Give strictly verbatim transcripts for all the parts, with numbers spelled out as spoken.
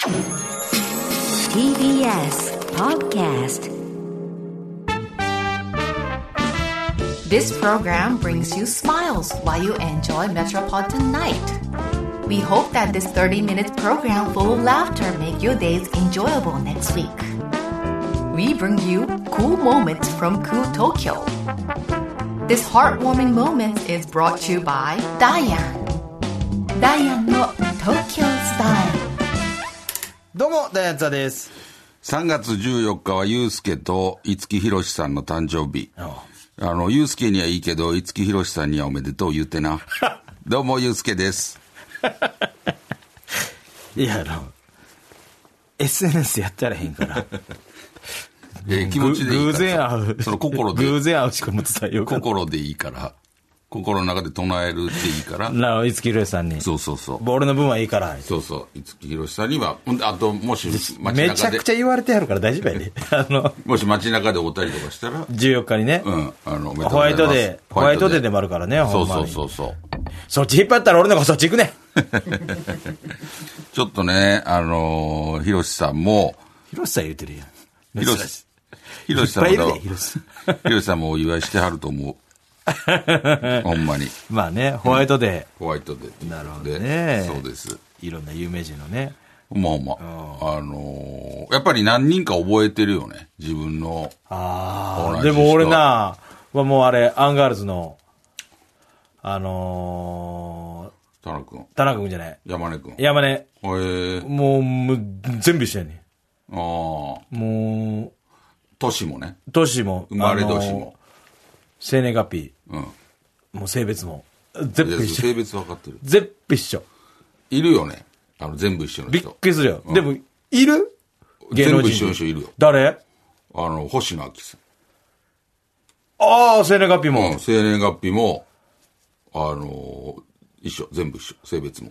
ティービーエス Podcast. This program brings you smiles while you enjoy Metropolitan Night. We hope that this thirty-minute program full of laughter make your days enjoyable next week. We bring you cool moments from cool Tokyo. This heartwarming moment is brought to you by Diane. Diane の Tokyo Style. どうもダイアンツァです。 さんがつじゅうよっかはゆうすけと五木ひろしさんの誕生日。あの、ゆうすけにはいいけど、五木ひろしさんにはおめでとう言ってな。どうも、ゆうすけです。 いや、あの、エスエヌエス やったらへんから。 えー、気持ちでいいから。 偶然会う。 その心で。 偶然会うしかも伝えようか。 心でいいから。心の中で唱えるっていいから。 なる五木ひろしさんに。 そうそうそう。 俺の分はいいから。 そうそう。五木ひろしさんには、あと、もし街中で。 めちゃくちゃ言われてやるから大丈夫やで。あの、 もし街中でおったりとかしたら。 じゅうよっかにね。 うん。あの、 ホワイトデー。ホワイトデーでもあるからね、 そうそうそうそう。 そっち引っ張ったら俺の方そっち行くね。 ちょっとね、あのー、ひろしさんも。 ひろしさん言うてるやん。 ひろし、ひろしさんも。 いっぱいいるで、ひろし。 ひろしさんもお祝いしてはると思う。ほんまに。 まあね、ホワイトデー。ホワイトデー。 なるほどね。 そうです。 いろんな有名人のね。 ほんまほんま。あのー、やっぱり何人か覚えてるよね。自分の。 ああ。でも俺な、はもうあれ、アンガールズの、あのー、田中君。 田中君じゃない。 山根君。 山根。 へえ。 もう、もう全部一緒やねん。 ああ。 もう、 年もね。 年も。 生まれ年も。 生年月日。 うん。 もう性別も。全部一緒。 性別分かってる。 全部一緒。 いるよね。あの、全部一緒の人。 びっくりするよ。うん、でも、いる芸能人。 全部一緒の人いるよ。 誰？ あの、星野亜紀さん。 ああ、生年月日も。 うん、生年月日も、あのー、一緒。全部一緒。性別も。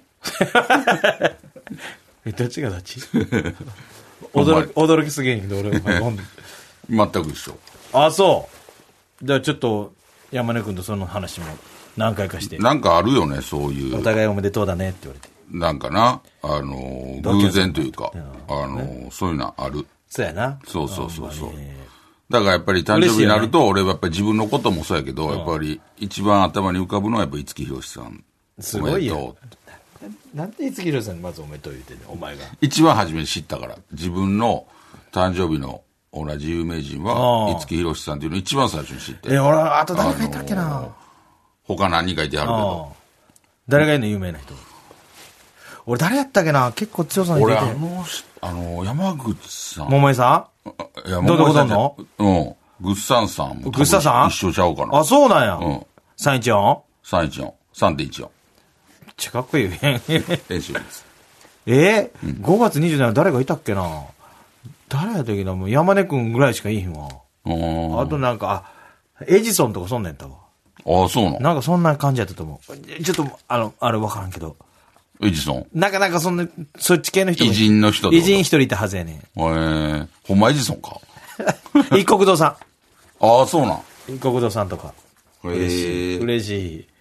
え、どっちがどっち驚き、驚きすぎんけど、俺は。 全く一緒。 あ、そう。じゃあちょっと、山根君とその話も何回かして。 なんかあるよね、そういう。 お互いおめでとうだねって言われて。 なんかな、あのー、偶然というか、あのー、そういうのある。 そうやな。 そうそうそうそう。だからやっぱり誕生日になると、ね、俺はやっぱり自分のこともそうやけど、やっぱり一番頭に浮かぶのはやっぱり五木ひろしさん。 すごいよ。なんで五木ひろしさんにまずおめでとう言うてんの、お前が。 一番初めに知ったから、自分の誕生日の同じ有名人は、五木ひろしさんっていうのを一番最初に知って。 え、俺、あと誰がいたっけな、あのー、 他何人かいてはるけど。 誰がいるの有名な人。俺誰やったっけな、結構強さに出て。 俺あの、あの、山口さん。 桃井さん？いや、どこどんの？ うん。グッサンさんも。 グッサンさん一緒ちゃうかな。 あ、そうなんや。 うん。 さんいちよん？ さんいちよん。さんてんいちよん。 めっちゃかっこいいよ。編集です。 えーうん、ごがつにじゅうしちにち誰がいたっけな、誰やったっけな、もう山根くんぐらいしかいいひんわ。あとなんか、あ、エジソンとかそんなんやったわ。 ああ、そうなの？ なんかそんな感じやったと思う。ちょっと、あの、あれわからんけど。 エジソンなんかなんかそんな、そっち系の人偉人の人と偉人一人いたはずやねん。 えー、ほんまエジソンか。 一国堂さん。 ああ、そうなん。 一国堂さんとか。 嬉しい。 嬉しい。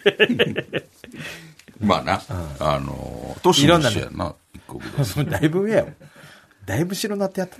まあな、うん、あの、年も一緒やな、一国堂さん。 だいぶ上やよ。だいぶ白なってやった。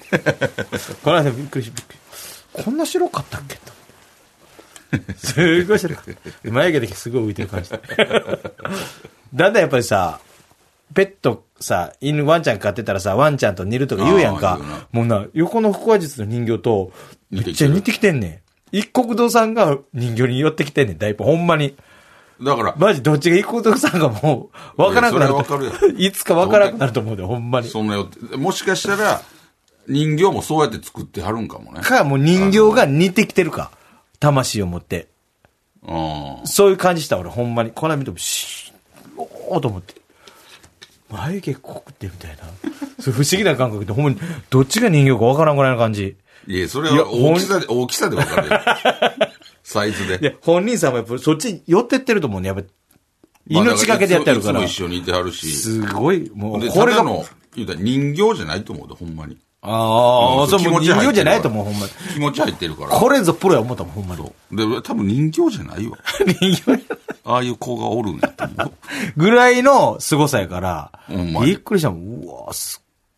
この間びっくりし、びっくり。こんな白かったっけと。すごい白かった。眉毛だけすごい浮いてる感じ。だんだんやっぱりさ、ペットさ、犬、ワンちゃん飼ってたらさ、ワンちゃんと似るとか言うやんか。もうな、横の腹話術の人形と、めっちゃ似てきてんねん。一国堂さんが人形に寄ってきてんねん、だいぶ。ほんまに。 だから。 マジ、どっちが一国堂さんがもう、わからなくなる。 わかるやん。いつかわからなくなると思うで、ほんまに。 そんなよって。もしかしたら、人形もそうやって作ってはるんかもね。 か、もう人形が似てきてるか。魂を持って。 うん。 そういう感じした、俺、ほんまに。この間見ても、シーッ、おーと思って。眉毛濃くてみたいな。それ不思議な感覚で、ほんまに、どっちが人形かわからんぐらいの感じ。 いや、それは大きさで、大きさでわかるよ。サイズで。 で、本人さんもやっぱりそっちに寄ってってると思うね。やっぱ命がけでやってあるから。 いつも一緒にいてはるし。 すごい、もう、 これがの、言うたら人形じゃないと思うで、ほんまに。 ああ、そう、もう人形じゃないと思う、ほんまに。 気持ち入ってるから。 これぞプロや思ったもん、ほんまに。 そう。で、多分人形じゃないわ。 人形ああいう子がおるんやと思う。 ぐらいの凄さやから、 ほんまびっくりしたもん。うわすっ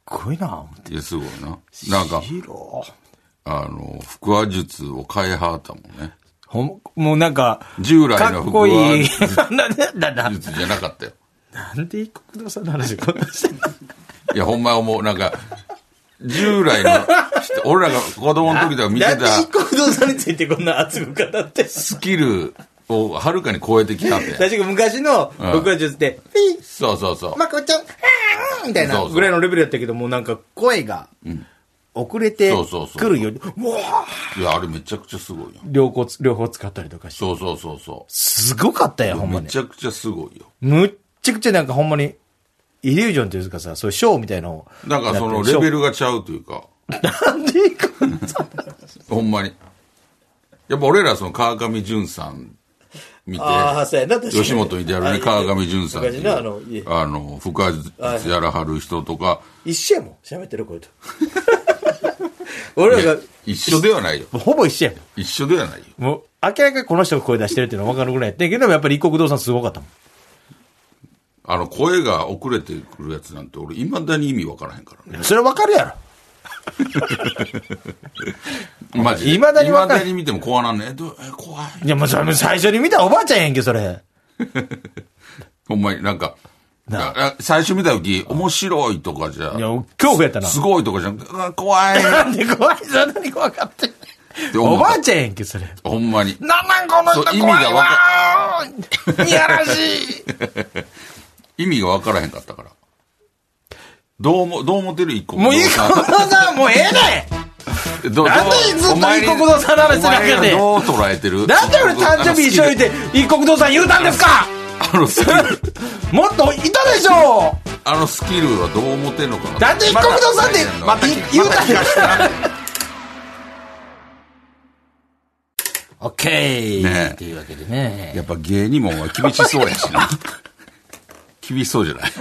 ごいな思って。 いや、すごいな。なんか、あの、腹話術を変えはったもんね。 ほん、もうなんか、 従来の腹話術じかっこいい。な、な、な、 ゃなかったよ。 なんで一国堂さんの話こんなしてんの？ いや、ほんま思う。なんか、従来の人、俺らが子供の時とか見てた。 なんで一国堂さんについてこんな熱く語って。 スキルをはるかに超えてきたんで。 確か昔の腹話術って、 うん、そうそうそう。 まこちゃん、みたいなぐらいのレベルやったけど、もうなんか声が遅れてくるよ。うわいや、あれめちゃくちゃすごいよ。 両方、両方使ったりとかして。 そうそうそうそう。 すごかったよ、ほんまに。 めちゃくちゃすごいよ。 むっちゃくちゃなんかほんまに、イリュージョンっていうかさ、そういうショーみたいなのなんかそのレベルがちゃうというか。 なんでいいかほんまに。やっぱ俺らその川上淳さん見て、 ああ、そうやな、確かに吉本に出るね、川上淳さんっていう、 あの、 あの、腹話術やらはる人とか。 一緒やもん、喋ってる声と。俺らが。 一緒ではないよ。 ほぼ一緒やもん。 一緒ではないよ。 もう、明らかにこの人が声出してるっていうのは分かるぐらいやってんけど、やっぱり一国堂さんすごかったもん。 あの、声が遅れてくるやつなんて俺、未だに意味分からへんからね。 それ分かるやろ。 マジで。 未だに分かる。 未だに見ても怖なんねえ。どえ、怖い。 いや、もうそれ最初に見たおばあちゃんやんけ、それ。 ほんまになんか、な最初見た時、面白いとかじゃ。 いや、恐怖やったな。 すごいとかじゃん。怖い。 なんで怖いそんなに怖かったおばあちゃんやんけ、それ。 ほんまに。 なんなんこの人怖いわーいやらしい。 意味が分からへんかったから。どうも、どう思ってる一国堂さん。 もう一国堂さん、もうええねんどなんでずっと一国堂さんの話してなかったどう捉えてるなんで俺誕生日一緒言うて一国堂さん言うたんですかあのスキル。 もっといたでしょあのスキルはどう思ってんのかななんで一国堂さんってまた言うたんですかオッケーねっていうわけでね。 やっぱ芸人も厳しそうやしな。厳しそうじゃない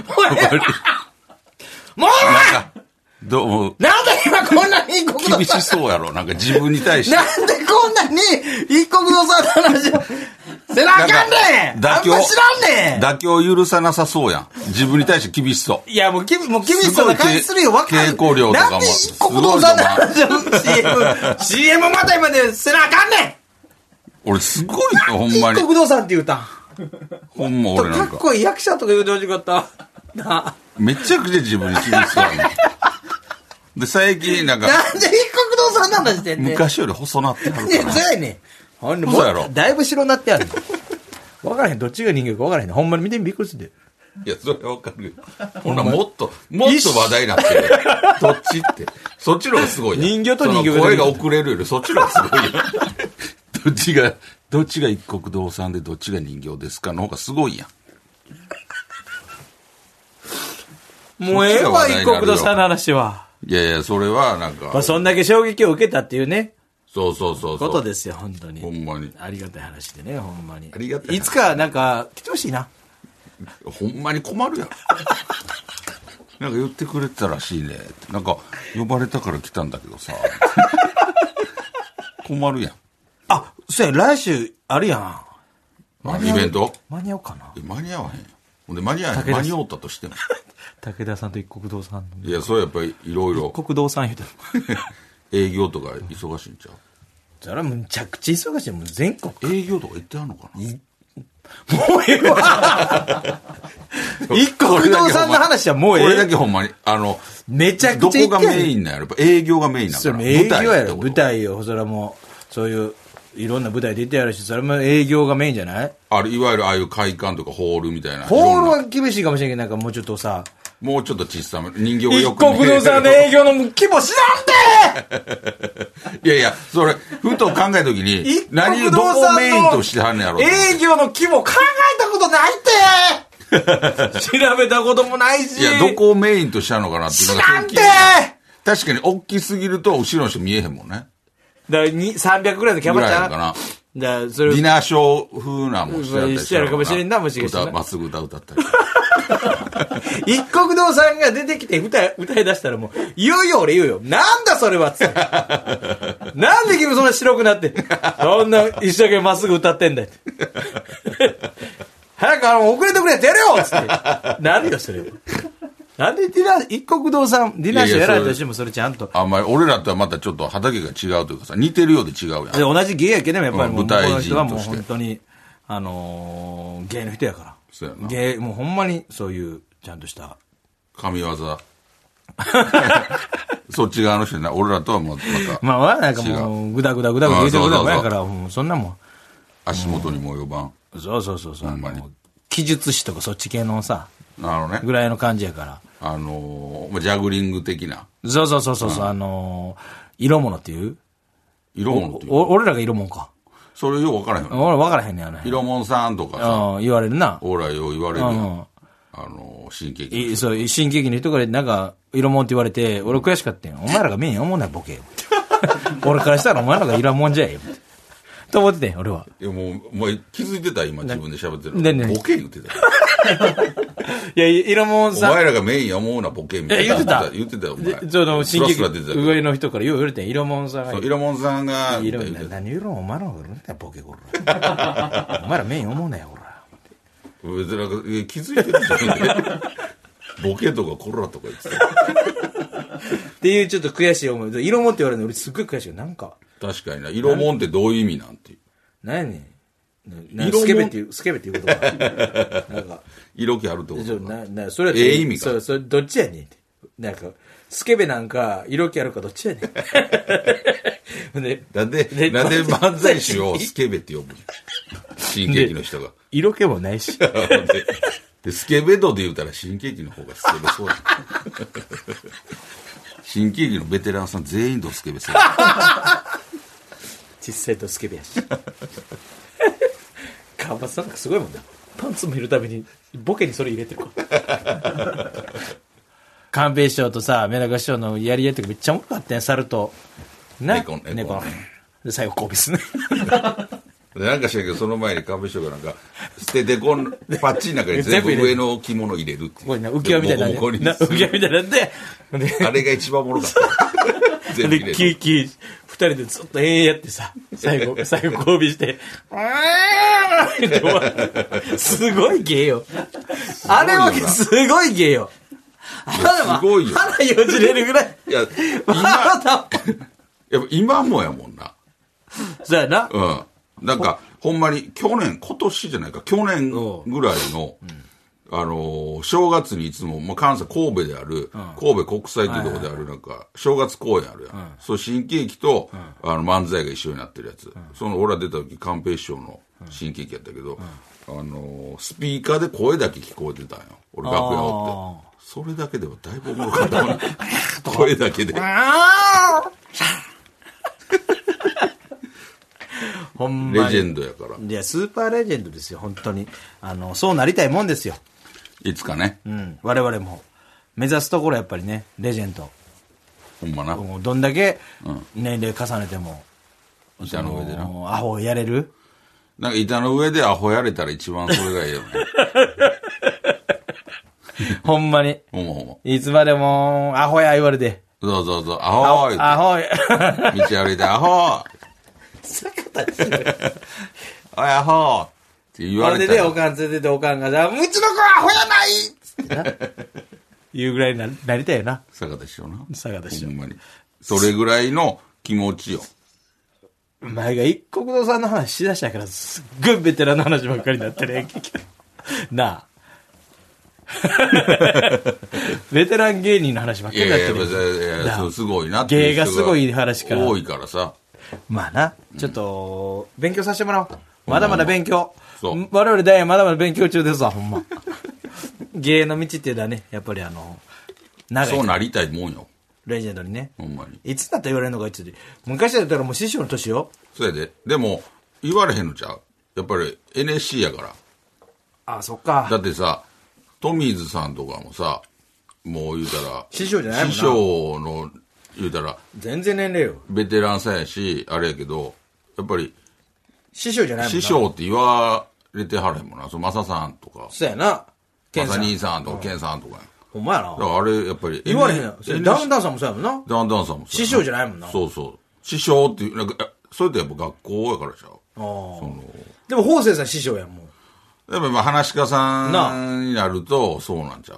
もうなんか、どうも。 なんで今こんなに一国堂さん厳しそうやろなんか自分に対して。 なんでこんなに一国堂さんの話をせなあかんねん妥協。 あんま知らんねん妥協許さなさそうやん。自分に対して厳しそう。 いや、もうき、もう厳しそうな感じするよ。わかる。 稽古量とかも。 なんで一国堂さんの話を シーエム、シーエム また今でせなあかんねん俺すごいよ、ほんまに。 一国堂さんって言うたん。 ほんま俺なんか。 かっこいい役者とか言うてほしかった。なあ。 めちゃくちゃ自分に厳しそうやねん。で、最近なんか。 なんで一国堂さんの話してんねん。 昔より細なってはるかいや、 ら。 そうやねん。ほんで、 そうやろ。 だいぶ白なってある。わからへん。どっちが人間かわからへん。ほんまに見てみびっくりするで。いや、それわかるよ。ほんなもっと、もっと話題になってる。どっちって。そっちの方がすごいよ。 人形と人形が。声が遅れるよりそっちの方がすごいよ。どっちが、どっちが一国堂さんでどっちが人形ですかの方がすごいやん。 もうええわ、一国堂さんの話は。 いやいや、それはなんか。 まあ、そんだけ衝撃を受けたっていうね。 そうそうそうそう。 ことですよ、本当に。 ほんまに。 ありがたい話でね、ほんまに。 ありがたい。 いつか、なんか、来てほしいな。 ほんまに困るやん。なんか言ってくれてたらしいね。なんか、呼ばれたから来たんだけどさ。困るやん。 あ、そうや、来週、あるやん。 あ、イベント間に合うかな間に合わへん。ほんで、間に合わへん。間に合ったとしても。 武田さんと一国堂さんの。 いや、それやっぱりいろいろ。 一国堂さん言うてる。 営業とか忙しいんちゃうそれはむちゃくちゃ忙しい。もう全国。 営業とか行ってはんのかなもうええわ一国堂さんの話はもうええ。 これだけほんまに、あの、 めちゃくちゃどこがメインなんやろやっぱ営業がメインなんだから。 営業やろ、舞台よ。それはもう、そういう、いろんな舞台出てやるし、それも営業がメインじゃないあれ、いわゆるああいう会館とかホールみたいな。 ホールは厳しいかもしれんけど、なんかもうちょっとさ、 もうちょっと小さめ。人形がよく一国堂さんの営業の規模知らんていやいや、それ、ふと考えたときに、何をどこをメインとしてはんねやろ。 営業の規模考えたことないって調べたこともないし。 いや、どこをメインとしてはんのかなっていうのが。 知らんて確かに、大きすぎると、後ろの人見えへんもんね。 だから、さんびゃくぐらいのキャバちゃん。 ぐらいかな。 だからそれディナーショー風なもんしてやったりしてやるかもしれんな、もしかしたら。 まっすぐ歌歌ったり。 一国堂さんが出てきて歌い、歌い出したらもう、言うよ俺言うよ。なんだそれはっつって。なんで君そんな白くなって、そんな一生懸命まっすぐ歌ってんだよ。早くあの、遅れてくれやってやるよっつって。なるよ、それ。 なんでディナー、一国堂さん、ディナーショーやられたとしてもそれちゃんと。 あんまり、俺らとはまたちょっと畑が違うというかさ、似てるようで違うやん。 で同じ芸やけども、やっぱりもう、 舞台人この人はもうとして本当に、あのー、芸の人やから。 そうやな。 芸、もうほんまにそういう、ちゃんとした。 神業。そっち側の人な、俺らとはまた。 まあ、なんかもう、ぐだぐだぐだぐだ言うてることやから、もうそんなもん。 足元にも及ばん。 そうそうそうそう。 ほんまに。 記述師とかそっち系のさ、 なるほどね。 ぐらいの感じやから。 あのー、ジャグリング的な。 そうそうそうそう、うん、あのー、色物っていう色物っていうお俺らが色物か。 それよう分からへんよ、ね。 俺分からへんねん、あの色物さんとかさ。 うん、言われるな。 俺らよう言われるよ。うん、あのー、新喜劇。 そう、新喜劇の人からなんか、色物って言われて、俺悔しかったんよ。お前らがメイン思うな、ボケ。俺からしたらお前らが色物じゃえよ。と思ってて、俺は。 いや、もう、もう気づいてた今自分で喋ってる。 ねねボケ言ってた。 いや、色もんさん。 お前らがメイン思うなボケみたいな。 言ってた。 言ってたよ、お前。 その、新劇上の人からよう言われてん、色もんさんが。 そう、色もんさんが。 色もん、何色もん、お前らが言うんだよ、ボケこら。お前らメイン思うなよ、 こら。別になんか、気づいてるじゃん。ボケとかコラとか言ってた。 っていうちょっと悔しい思い。色もんって言われるの俺すっごい悔しいよ。なんか。 確かにな。色もんってどういう意味なんていう。 何やねん。スケベっていう、スケベっていうことか。なんか。 色気あるってことか。 な、な、それは。 ええ意味か。 そう、それどっちやねんって。なんか、スケベなんか、色気あるかどっちやねん。でなんで、なんで漫才師をスケベって呼ぶの新喜劇の人が。 色気もないし。 で、スケベ度で言うたら新喜劇の方がスケベそうだ。新喜劇のベテランさん全員とスケベそうだ。 実際とスケベやし。川端さんなんかすごいもんな。パンツ見るたびにボケにそれ入れてるから寛平師匠とさメダカ師匠のやり合いとかめっちゃおもろかったやん。猿とな猫猫猫で最後交尾すねでなんか知らんけどその前に寛平師匠がなんか捨ててこんパッチの中に全部上の着物入れるってこれな浮き輪みたいな浮き輪みたいなんであれが一番おもろかった全部入れるキーキー二人でずっと永遠やってさ最後最後交尾してすごい芸よ。あれはすごい芸よ。 すごいよ。 腹よじれるぐらい。 いや、今、やっぱ今もやもんな。 そうやな。 うん。なんか、ほんまに、去年、今年じゃないか、去年ぐらいの、あのー、正月にいつも、まあ、関西、神戸である、神戸国際空港である、なんか、正月公演あるやん。そう、新喜劇と、あの、漫才が一緒になってるやつ。その、俺ら出た時、寛平師匠の新喜劇やったけど、あのー、スピーカーで声だけ聞こえてたんよ。俺、楽屋おって。それだけではだいぶおもろかったのに。声だけで。 ほんまにレジェンドやから。 いや、スーパーレジェンドですよ、本当に。あの、そうなりたいもんですよ。 いつかね。 うん。我々も。目指すところやっぱりね、レジェンド。 ほんまな。 どんだけ年齢重ねても。 板の上でな。 アホやれる？ なんか板の上でアホやれたら一番それがいいよね。 ほんまに。 ほんまほんま。 いつまでも、アホや言われて。 そうそうそう、アホーアホや。 道歩いて、アホー坂田しおい、アホーって言われて。 ほんでね、おかん連れてておかんがさ、うちの子はアホやないつってな。言うぐらいにななりたいよな。 坂田師匠な。 坂田師匠。 ほんまに。それぐらいの気持ちよ。 お前が一国堂さんの話しだしたから、すっごいベテランの話ばっかりになってるやんけ。なあ。ベテラン芸人の話ばっかりになってる。 いやいや、いやいや、すごいなって芸がすごい話から。 多いからさ。 まあな、ちょっと、勉強させてもらおう。まだまだ勉強。 そう。 我々ダイヤまだまだ勉強中ですわ、ほんま。芸の道っていうのはね、やっぱりあの、長い。 そうなりたいもんよ。 レジェンドにね。 ほんまに。 いつだったら言われるのかいつで。昔だったらもう師匠の年よ。 そうやで。でも、言われへんのちゃう。やっぱり エヌエスシー やから。 あ、そっか。 だってさ、トミーズさんとかもさ、もう言うたら、 師匠じゃないもんな。 師匠の、言うたら、 全然年齢よ。 ベテランさんやし、あれやけど、やっぱり、 師匠じゃないもんな。 師匠って言われてはらへんもんな。そのマサさんとか。 そうやな。 マサ兄さんとか、ケンさんとかや。 ほんまやな。 だからあれ、やっぱり。 言われへんやん。ダウンタウンさんもそうやもんな。 ダウンタウンさんもそう。 師匠じゃないもんな。 そうそう。師匠っていう、なんか、それってやっぱ学校やからちゃう。 ああ。でも、法政さん師匠やん、もう。やっぱまあ、話し家さんになると、そうなんちゃう。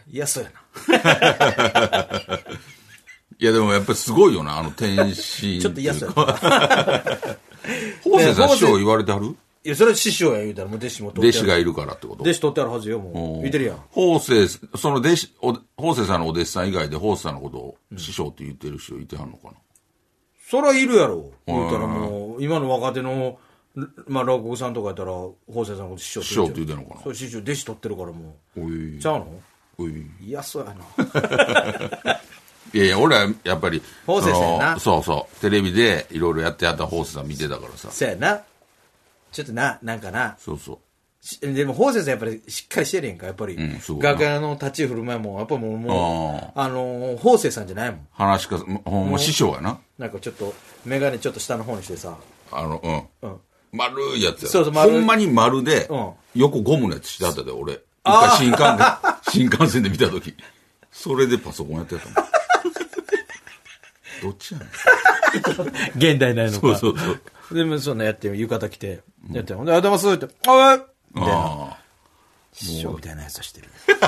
嫌そうやな。 いやでもやっぱりすごいよな、あの天使。 ちょっと嫌そうやな。 法政さん師匠言われてはる？ いや、それは師匠や言うたらもう弟子も取って弟子がいるからってこと？ 弟子取ってあるはずよ、もう。言ってるやん。 法政、その弟子、法政さんのお弟子さん以外で法政さんのことを師匠って言ってる人いてはんのかな？ そらいるやろ。言うたらもう、今の若手の、まあ、落語さんとかやったら、法政さんのこと師匠って言ってる。師匠って言ってんのかな？ そう、師匠、弟子取ってるからもう。 おい。 ちゃうの？ おい。 嫌そうやな。 いやいや、俺はやっぱり、 法政さんやな。 そうそう。テレビでいろいろやってやった法政さん見てたからさ。 そうやな。ちょっとな、なんかな。 そうそう。 でも、法政さんやっぱりしっかりしてるやんか、やっぱり。うん、そう楽屋の立ち振る舞いも、やっぱもう、もう、あの、法政さんじゃないもん。 話しか、ほんま師匠やな。 なんかちょっと、メガネちょっと下の方にしてさ。 あの、うん。うん。丸いやつや。 そうそう、 丸い。ほんまに丸で、うん、横ゴムのやつしてあったで、俺。一回新幹線、新幹線で見たとき。それでパソコンやってたもん。どっちやねん。 現代ないのか。 そうそうそう。 でもそんなやって浴衣着て、やって、ほんで、あたますって、あいみたいな。師匠みたいなやつしてる。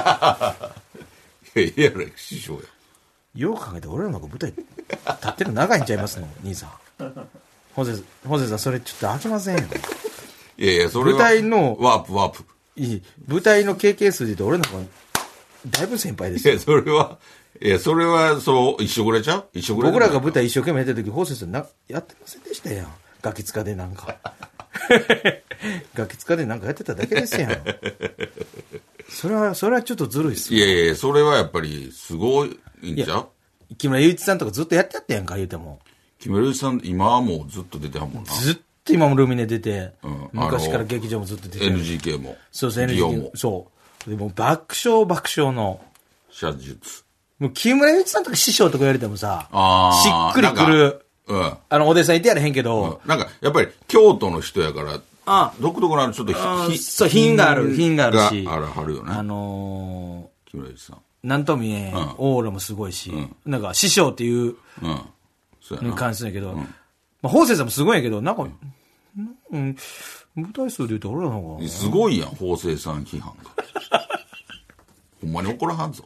いやいや、師匠や。 よく考えて、俺らの舞台、立ってる長いんちゃいますの、兄さん。ホセ、ホセさん、それちょっと開けませんよ。 いやいや、それは。 舞台の、 ワープ、ワープ。 いい。舞台の経験数で言うと、俺の方が、だいぶ先輩ですよ。 いや、それは、いや、それは、そう、一緒ぐらいちゃう一緒ぐらい。 僕らが舞台一生懸命やってる時、ホセさん、な、やってませんでしたやん。ガキ使でなんか。ガキ使でなんかやってただけですやん。それは、それはちょっとずるいっすよ。いやいや、それはやっぱり、すごいんちゃう？ 木村祐一さんとかずっとやってやったやんか、言うても。 木村祐一さん、今はもうずっと出てはんもんな。 ずっと今もルミネ出て、うん、昔から劇場もずっと出てる。 エヌジーケー も。 そうそう、エヌジーケー も。そう。でも爆笑爆笑の。 写術。 もう木村祐一さんとか師匠とか言われてもさ、しっくりくる。うん。あの、お弟子さんいてやれへんけど、 うん。なんか、やっぱり京都の人やから、あ独特なちょっとひ、そう、品がある、品があるし。 がある、あるよね。 あのー、木村祐一さん。 なんとも言えん、うん、オーラもすごいし、うん、なんか師匠っていう、うん。そうやな。感じするんやけど、うん、まあ、法政さんもすごいんやけど、なんか、うん、舞台数で言うと俺らの方が。 すごいやん、法政さん批判が。ほんまに怒らはんぞ。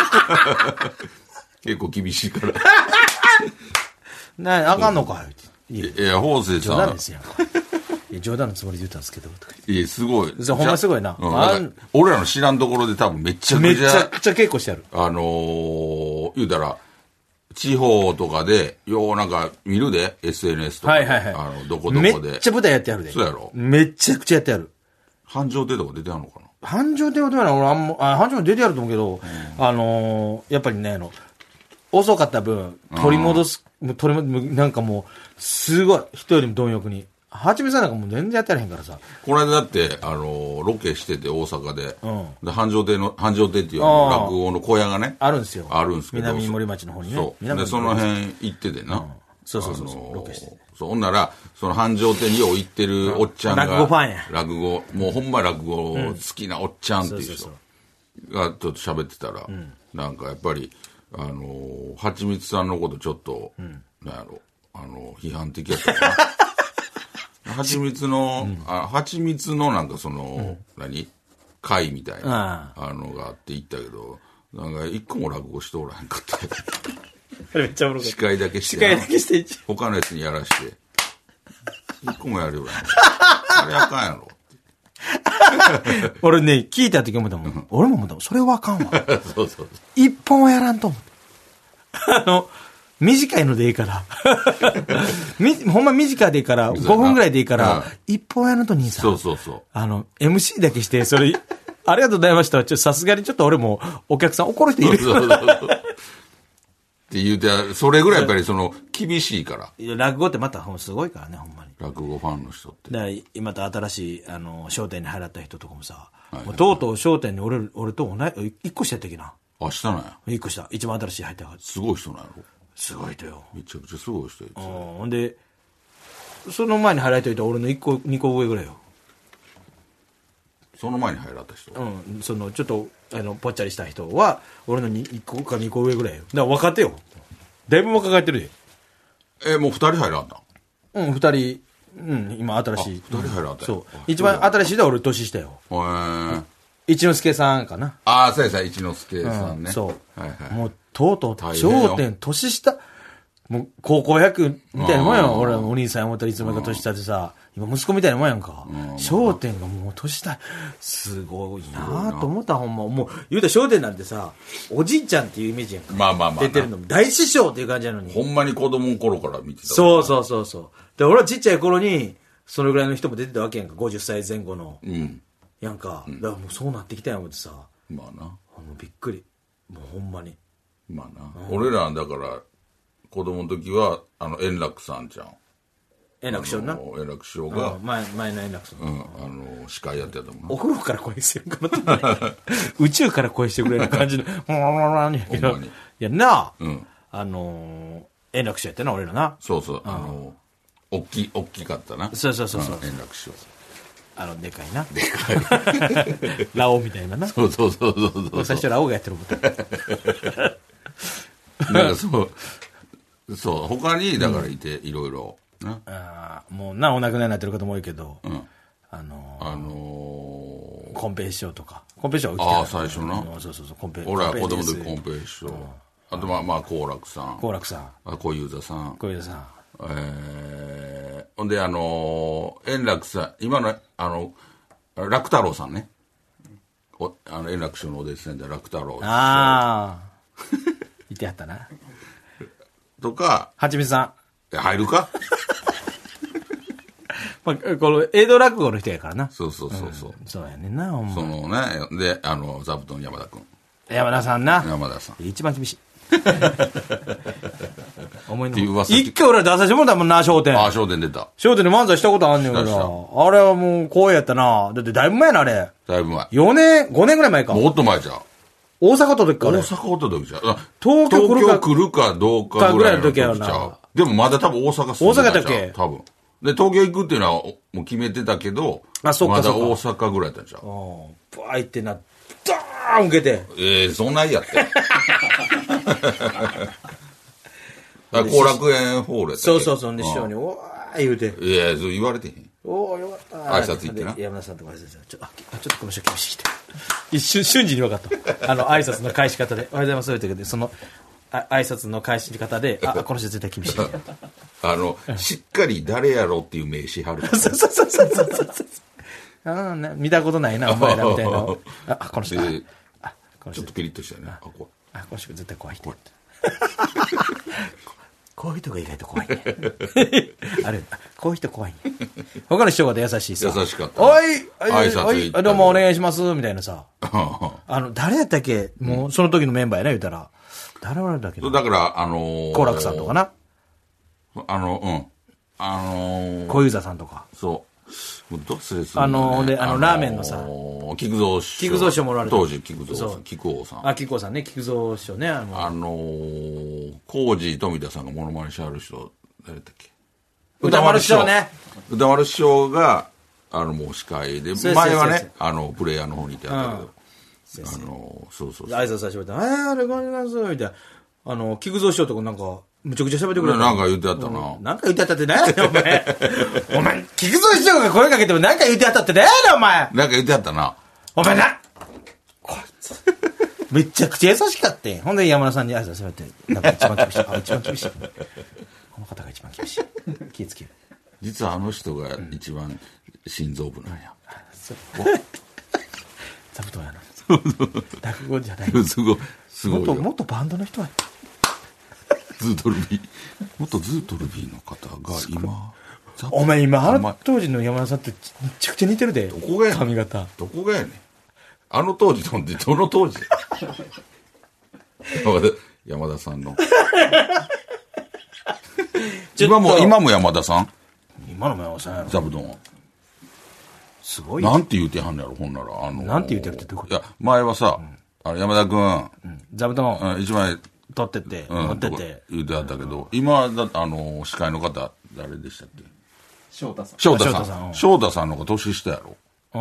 結構厳しいから。 なあ、あかんのかい。 いや、法政さん。 冗談ですやんか。いや、冗談のつもりで言ったんですけど。 いや、すごい。 ほんますごいな。 うん、なん俺らの知らんところで多分めちゃくちゃ。 めちゃくちゃ稽古してある。 あのー、言うたら、地方とかで、ようなんか見るで、エスエヌエス とか。 はいはいはい。 あの、どこどこで。 めっちゃ舞台やってあるで。 そうやろ。 めちゃくちゃやってある。 繁盛亭とか出てあるのかな？ 繁盛亭はどうやら俺あんま、あ、繁盛亭出てあると思うけど、うん、あのー、やっぱりね、あの、遅かった分、取り戻す、もう取り戻す、なんかもう、すごい、人よりも貪欲に。はちみつさんなんかもう全然やってらへんからさ。 この間だって、あのー、ロケしてて大阪で、うん、で繁盛亭の、繁盛亭っていう落語の小屋がね、 あるんですよ。 あるんですけど。 南森町の方にね。 そう。で、その辺行っててな。うん、 そうそうそうそう、あのー、ロケして。 そう、ほんなら、その繁盛亭によう行ってるおっちゃんが、 落語ファンや。 落語、もうほんま落語好きなおっちゃんっていう人がちょっと喋ってたら、うん、なんかやっぱり、あのー、はちみつさんのことちょっと、うん、なんやろ、あのー、批判的やったかな。はちみつの、うん、あ、はちみつのなんかその、うん、何会みたいな、あのがあって行ったけど、なんか一個も落語しておらへんかった。 めっちゃおもろかった。 司会だけして。 司会だけして。 他のやつにやらして。一個もやるよな。あれあかんやろ。 俺ね、聞いた時思ったもん。俺も思ったもん。それはあかんわ。 そうそう。 一本はやらんと思って。あの、短いのでいいから。み、ほんま短いでいいから、ごふんぐらいでいいから、一本やると兄さん。 そうそうそう。 あの、エムシー だけして、それ、ありがとうございました。ちょっとさすがにちょっと俺もお客さん怒る人いる。そうそうそうって言うて、それぐらいやっぱりその、厳しいから。 いや、落語ってまたすごいからね、ほんまに。 落語ファンの人って。 だから、今と新しい、あの、笑点に入らった人とかもさ、はいはいはい、もうとうとう笑点に俺、俺と同じ、一個下やったっけな。 あ、下なんや。 一個下。一番新しい入ったから。 すごい人なんやろ。 すごい人よ。 めちゃくちゃすごい人や。 うん。ほんで、その前に入られておいた俺の一個、二個上ぐらいよ。 その前に入られた人？ うん。その、ちょっと、あの、ぽっちゃりした人は、俺の一個か二個上ぐらいよ。だから若手よ。だいぶ若返ってるで。 えー、もう二人入らんだ。 うん、二人、うん、今新しい。 二人入らんだ。 そう。一番新しいでは俺年下よ。 へー。 一之輔さんかな。 ああ、そうやさ、一之輔さんね。 うん、そう。 はいはい。 もう、とうとう、笑点年下、もう、高校野球みたいなもんやん。俺、お兄さん思ったらいつもか年下でさ、今息子みたいなもんやんか。笑点がもう年下、すごいなと思った、ほんま。もう、言うたら笑点なんてさ、おじいちゃんっていうイメージやんか。 まあまあまあ。 出てるの。大師匠っていう感じなのに。 ほんまに子供の頃から見てた。 そうそうそうそう。で、俺はちっちゃい頃に、そのぐらいの人も出てたわけやんか。ごじゅっさいぜん後の。うん。やんか。だからもうそうなってきたやん思ってさ。 まあな。 もうびっくり。もうほんまに。 まあな。俺ら、だから、子供の時は、あの、円楽さんじゃん。 円楽師匠な。 円楽師匠が、 前、前の円楽さん。 うん、あの、司会やってたもんな。 お風呂から声してるかな宇宙から声してくれる感じの、もらにやけど。いや、なあ、うん、あの、円楽師匠やったな、俺らな。 そうそう、あの、おっき、おっきかったな。 そうそうそうそう。 円楽師匠。 あの、でかいな。でかい。ラオウみたいなな。 そうそうそうそうそう。 最初ラオウがやってるもん。なんかそう、そう、他に、だからいて、いろいろ。 ああ、もうな、お亡くなりになってる方も多いけど、うん、あのー、 あのー、 コンペイ師匠とか。コンペイ師匠は生きてる。 ああ、最初な。 そうそうそう、コンペイ。 俺は子供の時コンペイ師匠。うん、あと、まあ、まあ、好楽さん。 好楽さん。 あ、小遊三さん。 小遊三さん。 えー、ほんで、あのー、円楽さん、今の、あの、楽太郎さんね。おあの円楽師匠のお弟子さんで楽太郎。 ああ。いてやったな。 とか。 はちみつさん。入るかまあ、この、江戸落語の人やからな。 そうそうそうそう。 うん、そうやねんな、ほんま。 そのね、で、あの、座布団山田くん。 山田さんな。 山田さん。 一番厳しい。思いの。一回俺ら出させてもらったもんな、笑点。 ああ、笑点出た。 笑点で漫才したことあんねんから。あれはもう光栄やったな。だってだいぶ前な、あれ。 だいぶ前。 よねん、ごねんぐらい前か。 もっと前じゃん。 大阪と時か。 大阪と時じゃん。 東京来るか。 東京来るかどうかぐらいの時ちゃう。でもまだ多分大阪住んでたじゃん。大阪だっけ多分。で、東京行くっていうのはもう決めてたけど、 あ、そっかまだ大阪ぐらいだったじゃん。 うん。バーってな、ドーン受けて。 ええー、そんなんやって。後楽園ホールやったっけ。 そうそうそう、で、師匠に、おー言うて。 いや、そう言われてへん。 おー、よかった。 挨拶行ってな。 山田さんとか挨拶ちょっと、あ、ちょっとこの人厳しいって。一瞬、瞬時に分かった。あの、挨拶の返し方で、おはようございます、そういう時で、その、あ挨拶の返し方で、あ、この人絶対厳しい。 あの、しっかり誰やろっていう名刺貼る。 そうそうそうそうそうそう。ああ、ね、見たことないな、お前らみたいな。あ、この人。 あ、この人ちょっとピリッとしたよね。あ、 こあ、この人絶対怖いって。こういう人が意外と怖いね。あれ、こういう人怖いね。他の人が優しいさ。 優しかった。 おい、 挨拶おい、どうもお願いします、みたいなさ。あの、誰やったっけもう、その時のメンバーやな、言うたら。誰はだけど。 だから、あのー、 好楽さんとかな。 あの、うん。あのー、 小遊三さんとか。 そう。もうどうするあのー、で、あの、ラーメンのさ。 菊蔵師匠。 菊蔵師匠もおられた。 当時、菊蔵さん。菊王さん。 あ、菊王さんね、菊蔵師匠ね。 あの、あのー、コージー富田さんがモノマネしはる人、誰だっけ。 歌丸師匠ね。 歌丸師匠が、あの、もう司会で、前はね、あの、プレイヤーの方にいてあったけど。あの、そうそうそう。 挨拶させてもらったら、あれ、ごめんなさい、みたいな。あの、菊蔵師匠とかなんか、むちゃくちゃ喋ってくれた。 なんか言ってあったな。 なんか言ってあったって何やねん、お前。お前、菊蔵師匠が声かけてもなんか言ってあったって何やねん、お前。 なんか言ってあったな。 お前な。こいつ。めちゃくちゃ優しかったん。ほんで山田さんに挨拶されて、なんか一番厳しい。あ、一番厳しい。この方が一番厳しい。気ぃつける。 実はあの人が一番心臓部なんや。 そう。座布団やな。落語じゃない。 すごい。すごいよ。 もっとバンドの人は。 ズートルビー。元ズートルビーの方が今。 お前今、あの当時の山田さんってめちゃくちゃ似てるで。 どこがやねん。 髪型。 どこがやねん。あの当時とってどの当時山田さんの。今も、今も山田さん今のも山田さんやろ。 座布団。 すごい。 なんて言うてはんのやろ、ほんなら。あのー、 なんて言うてるってどういうこと？ いや、前はさ、うん、あの山田くん、うん、 座布団、 うん、一枚取ってって、持ってって。 言うてはったけど、今だ、あのー、司会の方、誰でしたっけ？ 翔太さん。 翔太さん。翔太さんの方が年下やろ。うん。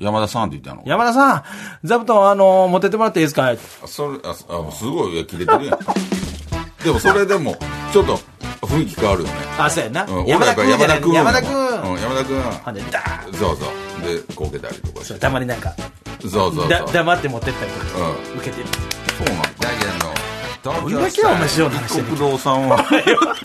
山田さんって言ってたの？ 山田さん、座布団、あのー、持ってってもらっていいですか？ あ、それ、あ、あすごい、切れてるやん。でも、それでも、ちょっと、雰囲気変わるよね。 あ、そうやな。 うん、山田くん。山田くん。 山田くん。 うん、山田くん。 ほんで、ダーン。 そうそう。で、こけたりとかして。 たまになんか、 き。 そうそうそうだ黙って持ってったりとか、 うん、 受けてる。 そうなんだけど、 どんだけお前塩の話してる一国堂さんは。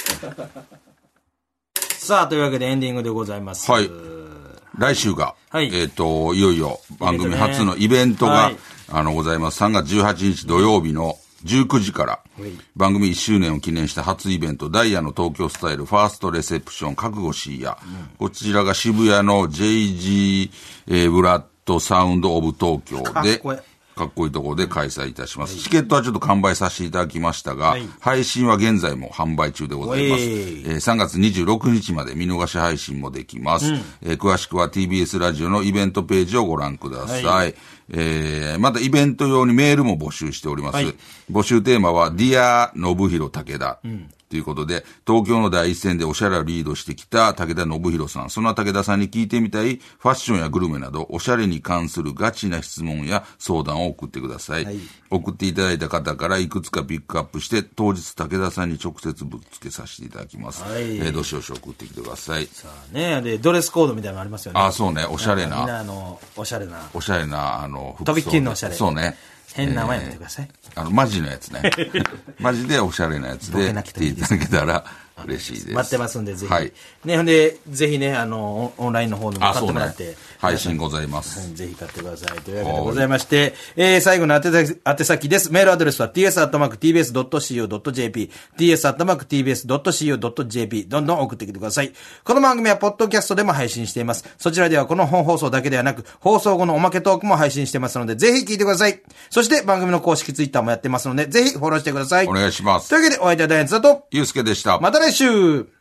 さあ、というわけでエンディングでございます。 はい。来週が、はい、えっ、ー、と、いよいよ番組初のイベントが、はい、あの、ございます。さんがつじゅうはちにち土曜日のじゅうくじから、はい、番組いっしゅうねんを記念した初イベント、ダイヤの東京スタイルファーストレセプション覚悟しいや、うん、こちらが渋谷の ジェイジー、えー、ブラッドサウンドオブ東京で、かっこいいところで開催いたします。はい、チケットはちょっと完売させていただきましたが、はい、配信は現在も販売中でございます。えー、さんがつにじゅうろくにちまで見逃し配信もできます。うん、えー、詳しくは ティービーエス ラジオのイベントページをご覧ください。はい、えー、またイベント用にメールも募集しております。はい、募集テーマは ディア 信弘武田。うんということで、東京の第一線でおしゃれをリードしてきた武田信弘さん、その武田さんに聞いてみたいファッションやグルメなど、おしゃれに関するガチな質問や相談を送ってください。はい、送っていただいた方からいくつかピックアップして、当日武田さんに直接ぶつけさせていただきます。はい、えー、どしどし送ってきてください。 さあね、で、ドレスコードみたいなのありますよね。 あ、そうね、おしゃれな。 みんなあの、おしゃれな。 おしゃれな、あの、 服装とびっきりのおしゃれ。 そうね。 変な名前やめてください。 えー、あの、マジのやつね。マジでおしゃれなやつで来ていただけたら嬉しいです。 待ってますんで、ぜひ。 はい。 ね、ほんで、ぜひね、あの、オンラインの方でも買ってもらって。ね、 配信ございます。 ぜひ買ってください。というわけでございまして、えー、最後の宛先、宛先です。メールアドレスは ティーエスアットマークティービーエスドットシーオードットジェーピー、ティーエスアットマークティービーエスドットシーオードットジェーピー、どんどん送ってきてください。この番組はポッドキャストでも配信しています。そちらではこの本放送だけではなく、放送後のおまけトークも配信してますので、ぜひ聞いてください。そして番組の公式ツイッターもやってますので、ぜひフォローしてください。 お願いします。 というわけで、お相手はダイアンツだと、 ゆうすけでした。 また来週。